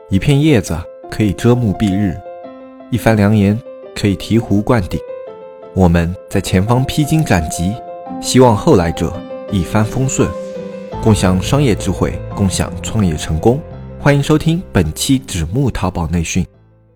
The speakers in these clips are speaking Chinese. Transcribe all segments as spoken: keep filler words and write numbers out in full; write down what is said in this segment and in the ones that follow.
一片叶子可以遮目蔽日，一番良言可以醍醐灌顶。我们在前方披荆斩棘，希望后来者一帆风顺，共享商业智慧，共享创业成功。欢迎收听本期纸木淘宝内训。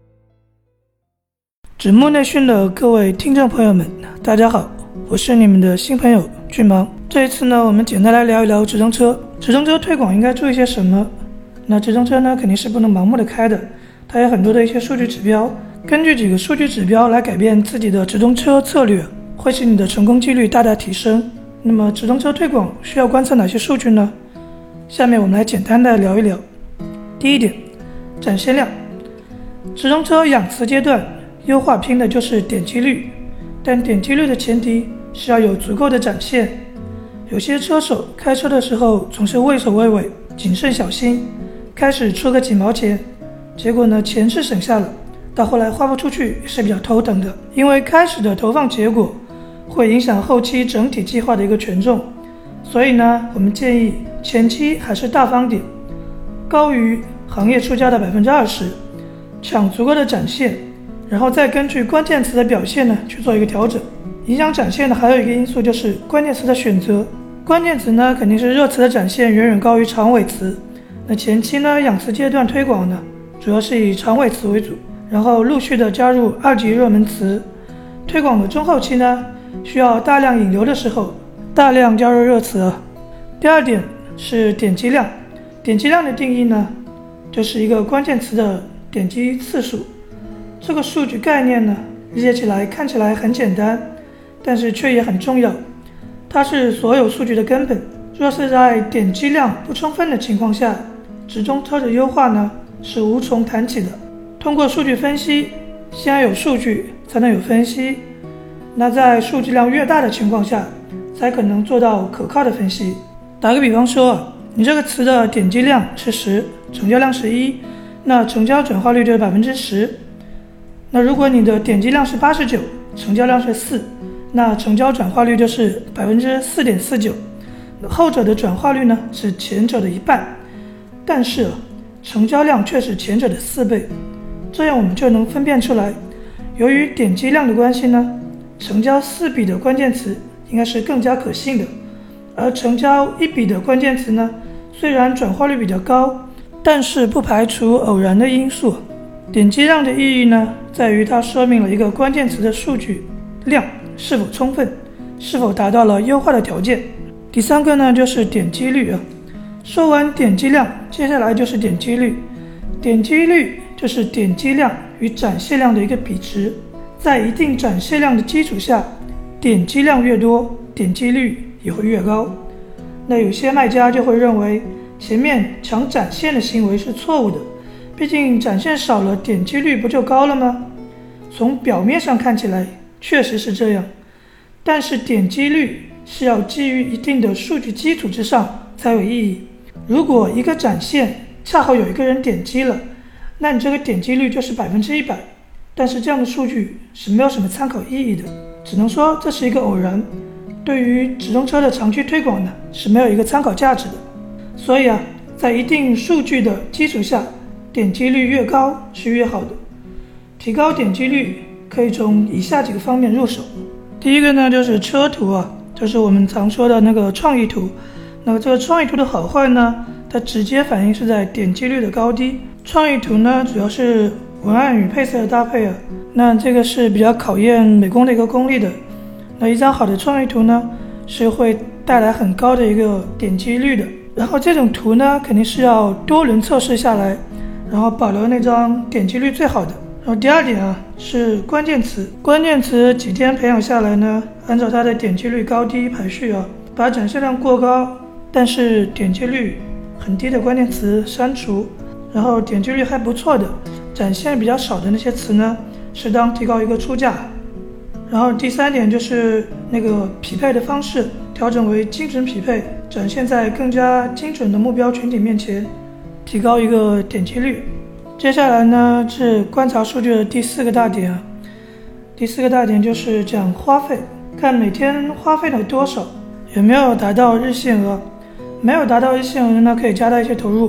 纸木内训的各位听众朋友们，大家好，我是你们的新朋友俊芒。这一次呢，我们简单来聊一聊直通车。直通车推广应该注意些什么？那直通车呢，肯定是不能盲目的开的，它有很多的一些数据指标，根据几个数据指标来改变自己的直通车策略，会使你的成功几率大大提升。那么直通车推广需要观测哪些数据呢？下面我们来简单的聊一聊。第一点，展现量。直通车养词阶段优化拼的就是点击率，但点击率的前提是要有足够的展现。有些车手开车的时候总是畏首畏尾，谨慎小心，开始出个几毛钱，结果呢钱是省下了，到后来花不出去也是比较头疼的。因为开始的投放结果会影响后期整体计划的一个权重，所以呢我们建议前期还是大方点，高于行业出价的 百分之二十， 抢足够的展现，然后再根据关键词的表现呢去做一个调整。影响展现的还有一个因素就是关键词的选择，关键词呢肯定是热词的展现远远高于长尾词。那前期呢养词阶段推广呢主要是以长尾词为主，然后陆续的加入二级热门词。推广的中后期呢需要大量引流的时候大量加入热词。第二点是点击量。点击量的定义呢就是一个关键词的点击次数。这个数据概念呢理解起来看起来很简单，但是却也很重要，它是所有数据的根本。若是在点击量不充分的情况下，直通车的优化呢是无从谈起的。通过数据分析，先要有数据才能有分析，那在数据量越大的情况下才可能做到可靠的分析。打个比方说，你这个词的点击量是十，成交量是一，那成交转化率就是 百分之十。 那如果你的点击量是八十九，成交量是四，那成交转化率就是 百分之四点四九。 后者的转化率呢是前者的一半，但是成交量却是前者的四倍。这样我们就能分辨出来，由于点击量的关系呢，成交四笔的关键词应该是更加可信的，而成交一笔的关键词呢，虽然转化率比较高，但是不排除偶然的因素。点击量的意义呢，在于它说明了一个关键词的数据量是否充分，是否达到了优化的条件。第三个呢就是点击率啊。说完点击量，接下来就是点击率。点击率就是点击量与展现量的一个比值，在一定展现量的基础下，点击量越多，点击率也会越高。那有些卖家就会认为前面抢展现的行为是错误的，毕竟展现少了，点击率不就高了吗？从表面上看起来确实是这样，但是点击率是要基于一定的数据基础之上才有意义。如果一个展现恰好有一个人点击了，那你这个点击率就是百分之一百，但是这样的数据是没有什么参考意义的，只能说这是一个偶然，对于直通车的长期推广呢是没有一个参考价值的。所以啊，在一定数据的基础下，点击率越高是越好的。提高点击率可以从以下几个方面入手。第一个呢就是车图啊，就是我们常说的那个创意图。那么这个创意图的好坏呢，它直接反映是在点击率的高低。创意图呢主要是文案与配色的搭配啊，那这个是比较考验美工的一个功力的。那一张好的创意图呢是会带来很高的一个点击率的，然后这种图呢肯定是要多轮测试下来，然后保留那张点击率最好的。然后第二点啊是关键词，关键词几天培养下来呢，按照它的点击率高低排序啊，把展现量过高但是点击率很低的关键词删除，然后点击率还不错的展现比较少的那些词呢适当提高一个出价。然后第三点就是那个匹配的方式调整为精准匹配，展现在更加精准的目标群体面前，提高一个点击率。接下来呢是观察数据的第四个大点啊，第四个大点就是讲花费，看每天花费了多少，有没有达到日限额。没有达到日限额呢可以加大一些投入，比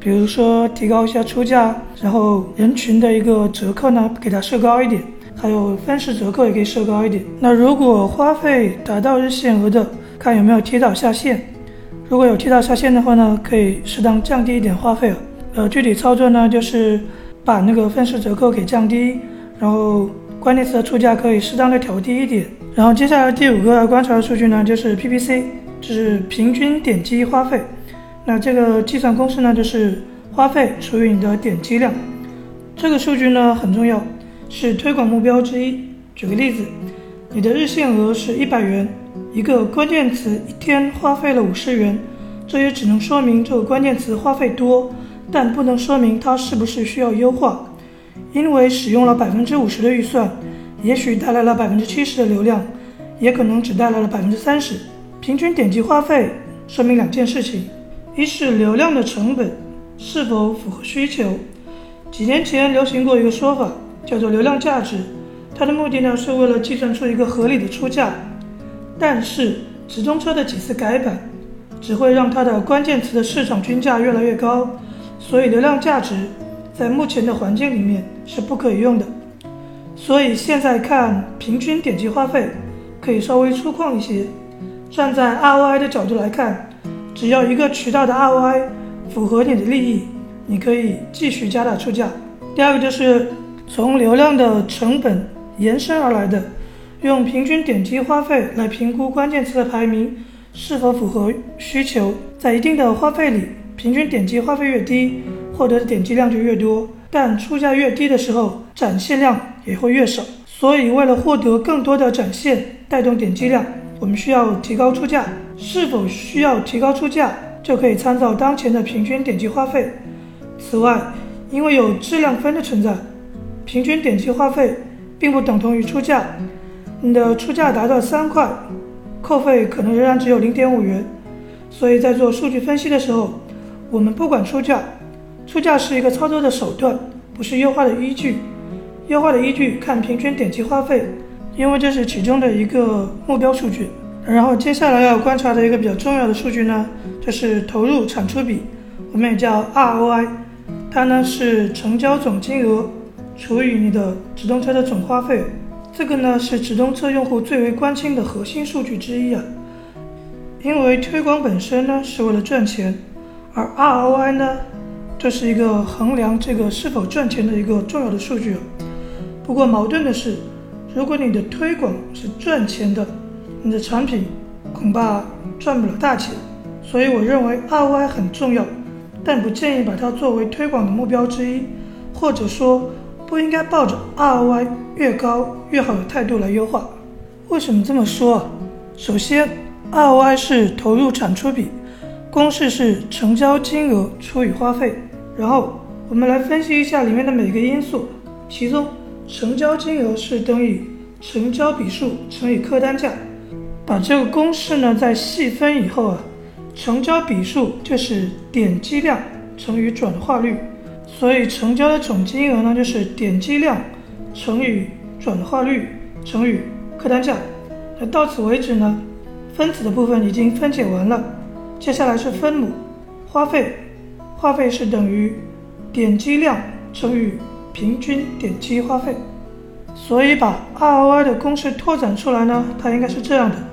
比如说提高一下出价，然后人群的一个折扣呢给它设高一点，还有分时折扣也可以设高一点。那如果花费达到日限额的，看有没有提早下线，如果有提早下线的话呢，可以适当降低一点花费了。呃，具体操作呢就是把那个分时折扣给降低，然后关键词的出价可以适当的调低一点。然后接下来第五个要观察的数据呢，就是 P P C， 就是平均点击花费。那这个计算公式呢，就是花费除以你的点击量。这个数据呢很重要，是推广目标之一。举个例子，你的日限额是一百元，一个关键词一天花费了五十元，这也只能说明这个关键词花费多，但不能说明它是不是需要优化。因为使用了 百分之五十 的预算，也许带来了 百分之七十 的流量，也可能只带来了 百分之三十。 平均点击花费说明两件事情，一是流量的成本是否符合需求。几年前流行过一个说法，叫做流量价值，它的目的呢是为了计算出一个合理的出价。但是直通车的几次改版只会让它的关键词的市场均价越来越高，所以流量价值在目前的环境里面是不可以用的。所以现在看平均点击花费可以稍微粗犷一些，站在 R O I 的角度来看，只要一个渠道的 R O I 符合你的利益，你可以继续加大出价。第二个就是从流量的成本延伸而来的，用平均点击花费来评估关键词的排名是否符合需求。在一定的花费里，平均点击花费越低，获得的点击量就越多，但出价越低的时候，展现量也会越少。所以为了获得更多的展现，带动点击量，我们需要提高出价。是否需要提高出价，就可以参照当前的平均点击花费。此外，因为有质量分的存在，平均点击花费并不等同于出价。你的出价达到三块，扣费可能仍然只有 零点五元。所以在做数据分析的时候，我们不管出价，出价是一个操作的手段，不是优化的依据。优化的依据看平均点击花费，因为这是其中的一个目标数据。然后接下来要观察的一个比较重要的数据呢，就是投入产出比，我们也叫 R O I， 它呢是成交总金额除以你的直通车的总花费。这个呢是直通车用户最为关心的核心数据之一啊。因为推广本身呢是为了赚钱，而 R O I 呢这是一个衡量这个是否赚钱的一个重要的数据啊。不过矛盾的是，如果你的推广是赚钱的，你的产品恐怕赚不了大钱。所以我认为 R O I 很重要，但不建议把它作为推广的目标之一，或者说不应该抱着 R O I 越高越好的态度来优化。为什么这么说啊？首先 R O I 是投入产出比，公式是成交金额除以花费。然后我们来分析一下里面的每个因素，其中成交金额是等于成交笔数乘以客单价。把这个公式呢再细分以后啊，成交笔数就是点击量乘以转化率，所以成交的总金额呢就是点击量乘以转化率乘以客单价。那到此为止呢，分子的部分已经分解完了，接下来是分母。花费，花费是等于点击量乘以平均点击花费。所以把 R O I 的公式拓展出来呢，它应该是这样的：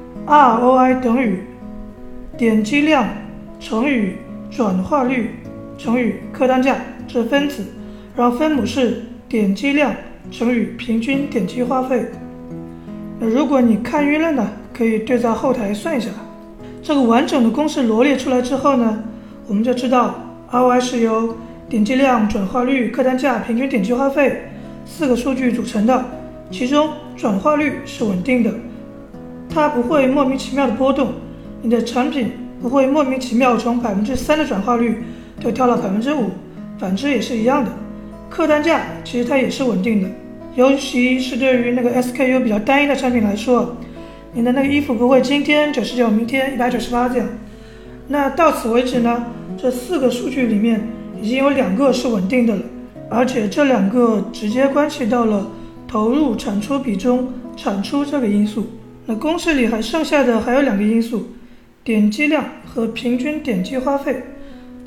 R O I 等于点击量乘以转化率乘以客单价，这是分子，然后分母是点击量乘以平均点击花费。那如果你看晕了呢，可以对照后台算一下。这个完整的公式罗列出来之后呢，我们就知道 R O I 是由点击量、转化率、客单价、平均点击花费四个数据组成的。其中转化率是稳定的，它不会莫名其妙的波动，你的产品不会莫名其妙从 百分之三 的转化率就跳到 百分之五， 反之也是一样的。客单价其实它也是稳定的，尤其是对于那个 S K U 比较单一的产品来说，你的那个衣服不会今天九十九，明天一百九十八这样。那到此为止呢，这四个数据里面已经有两个是稳定的了，而且这两个直接关系到了投入产出比中产出这个因素。那公式里还剩下的还有两个因素，点击量和平均点击花费。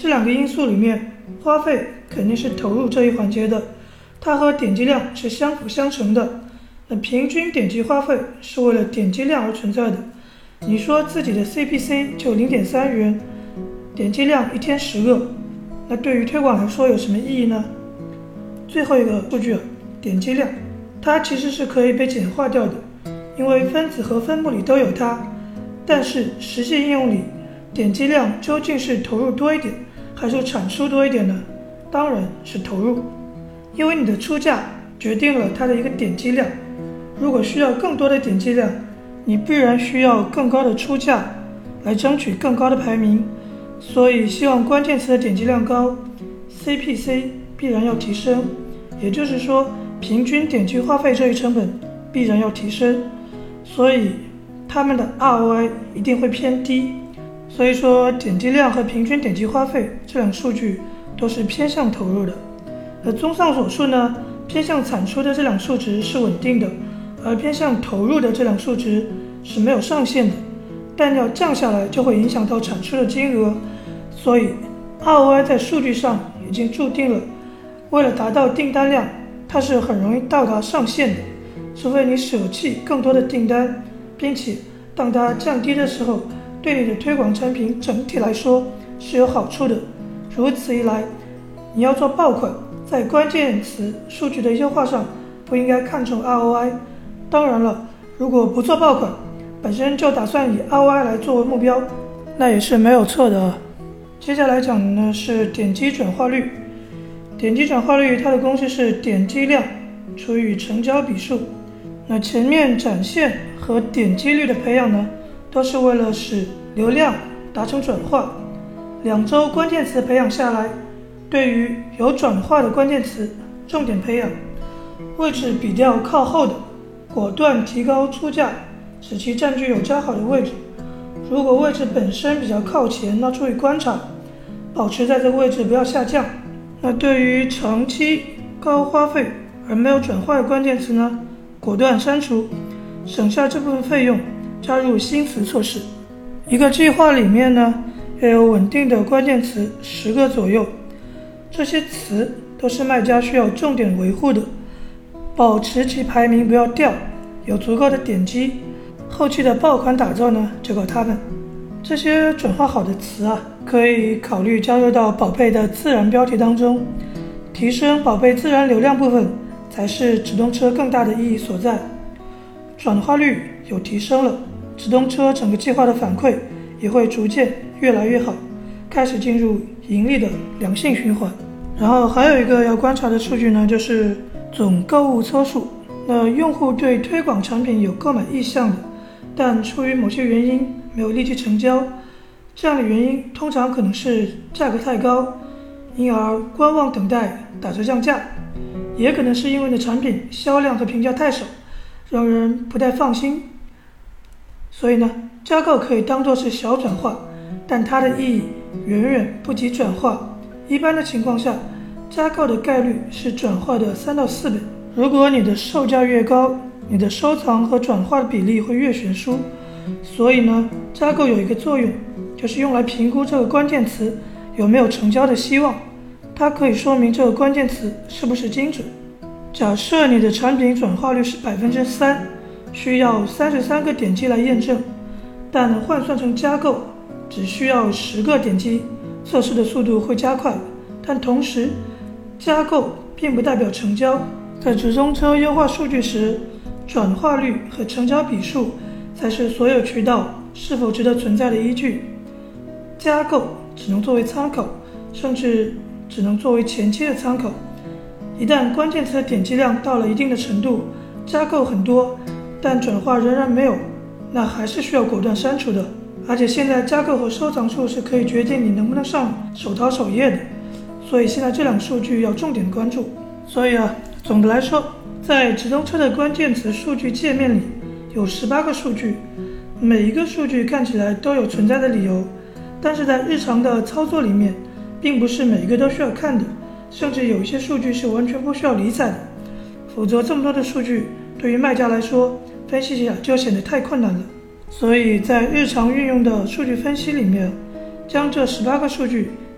这两个因素里面，花费肯定是投入这一环节的，它和点击量是相辅相成的。那平均点击花费是为了点击量而存在的。你说自己的 C P C 就 零点三元，点击量一天十个，那对于推广来说有什么意义呢？最后一个数据啊，点击量，它其实是可以被简化掉的，因为分子和分母里都有它。但是实际应用里，点击量究竟是投入多一点，还是产出多一点呢？当然是投入，因为你的出价决定了它的一个点击量。如果需要更多的点击量，你必然需要更高的出价来争取更高的排名。所以希望关键词的点击量高， C P C 必然要提升，也就是说平均点击花费这一成本必然要提升，所以他们的 R O I 一定会偏低。所以说点击量和平均点击花费这两个数据都是偏向投入的。而综上所述呢，偏向产出的这两数值是稳定的，而偏向投入的这两数值是没有上限的，但要降下来就会影响到产出的金额。所以 R O I 在数据上已经注定了，为了达到订单量，它是很容易到达上限的，除非你舍弃更多的订单，并且当它降低的时候，对你的推广产品整体来说是有好处的。如此一来，你要做爆款，在关键词数据的优化上不应该看重 R O I。 当然了，如果不做爆款，本身就打算以 R O I 来作为目标，那也是没有错的。接下来讲的呢是点击转化率。点击转化率它的公式是点击量除以成交比数。那前面展现和点击率的培养呢，都是为了使流量达成转化。两周关键词培养下来，对于有转化的关键词重点培养，位置比较靠后的果断提高出价，使其占据有较好的位置。如果位置本身比较靠前，那注意观察，保持在这个位置不要下降。那对于长期高花费而没有转化的关键词呢，果断删除，省下这部分费用，加入新词措施。一个计划里面呢，要有稳定的关键词十个左右，这些词都是卖家需要重点维护的，保持其排名不要掉，有足够的点击，后期的爆款打造呢就靠它们。这些转化好的词啊，可以考虑加入到宝贝的自然标题当中，提升宝贝自然流量部分才是直通车更大的意义所在。转化率有提升了，直通车整个计划的反馈也会逐渐越来越好，开始进入盈利的良性循环。然后还有一个要观察的数据呢，就是总购物车数。那用户对推广产品有购买意向的，但出于某些原因没有立即成交，这样的原因通常可能是价格太高，因而观望等待打折降价，也可能是因为你的产品销量和评价太少，让人不太放心。所以呢，加购可以当作是小转化，但它的意义远远不及转化。一般的情况下，加购的概率是转化的三到四倍。如果你的售价越高，你的收藏和转化的比例会越悬殊。所以呢，加购有一个作用，就是用来评估这个关键词有没有成交的希望，它可以说明这个关键词是不是精准。假设你的产品转化率是 百分之三， 需要三十三个点击来验证，但换算成加购只需要十个点击，测试的速度会加快。但同时，加购并不代表成交。在直通车优化数据时，转化率和成交比数才是所有渠道是否值得存在的依据。加购只能作为参考，甚至只能作为前期的参考。一旦关键词的点击量到了一定的程度，加购很多，但转化仍然没有，那还是需要果断删除的。而且现在加购和收藏数是可以决定你能不能上首淘首页的，所以现在这两个数据要重点关注。所以啊，总的来说，在直通车的关键词数据界面里有十八个数据，每一个数据看起来都有存在的理由，但是在日常的操作里面，并不是每一个都需要看的，甚至有一些数据是完全不需要理睬的。否则这么多的数据对于卖家来说，分析起来就显得太困难了。所以在日常运用的数据分析里面，将这十八个数据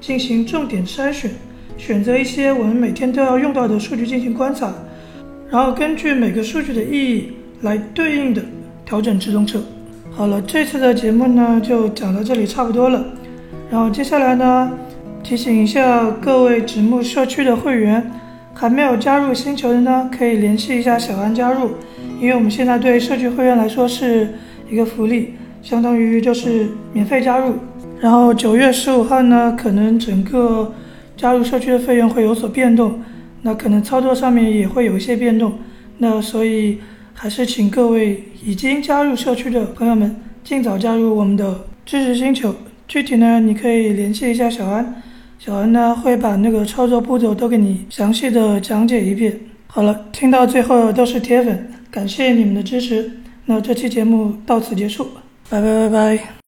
进行重点筛选，选择一些我们每天都要用到的数据进行观察，然后根据每个数据的意义来对应的调整直通车。好了，这次的节目呢就讲到这里差不多了。然后接下来呢，提醒一下各位直木社区的会员，还没有加入星球的呢，可以联系一下小安加入，因为我们现在对社区会员来说是一个福利，相当于就是免费加入。然后九月十五号呢，可能整个加入社区的费用会有所变动，那可能操作上面也会有一些变动，那所以还是请各位已经加入社区的朋友们尽早加入我们的知识星球。具体呢，你可以联系一下小安，小安呢会把那个操作步骤都给你详细的讲解一遍。好了，听到最后都是铁粉，感谢你们的支持。那这期节目到此结束，拜拜拜拜。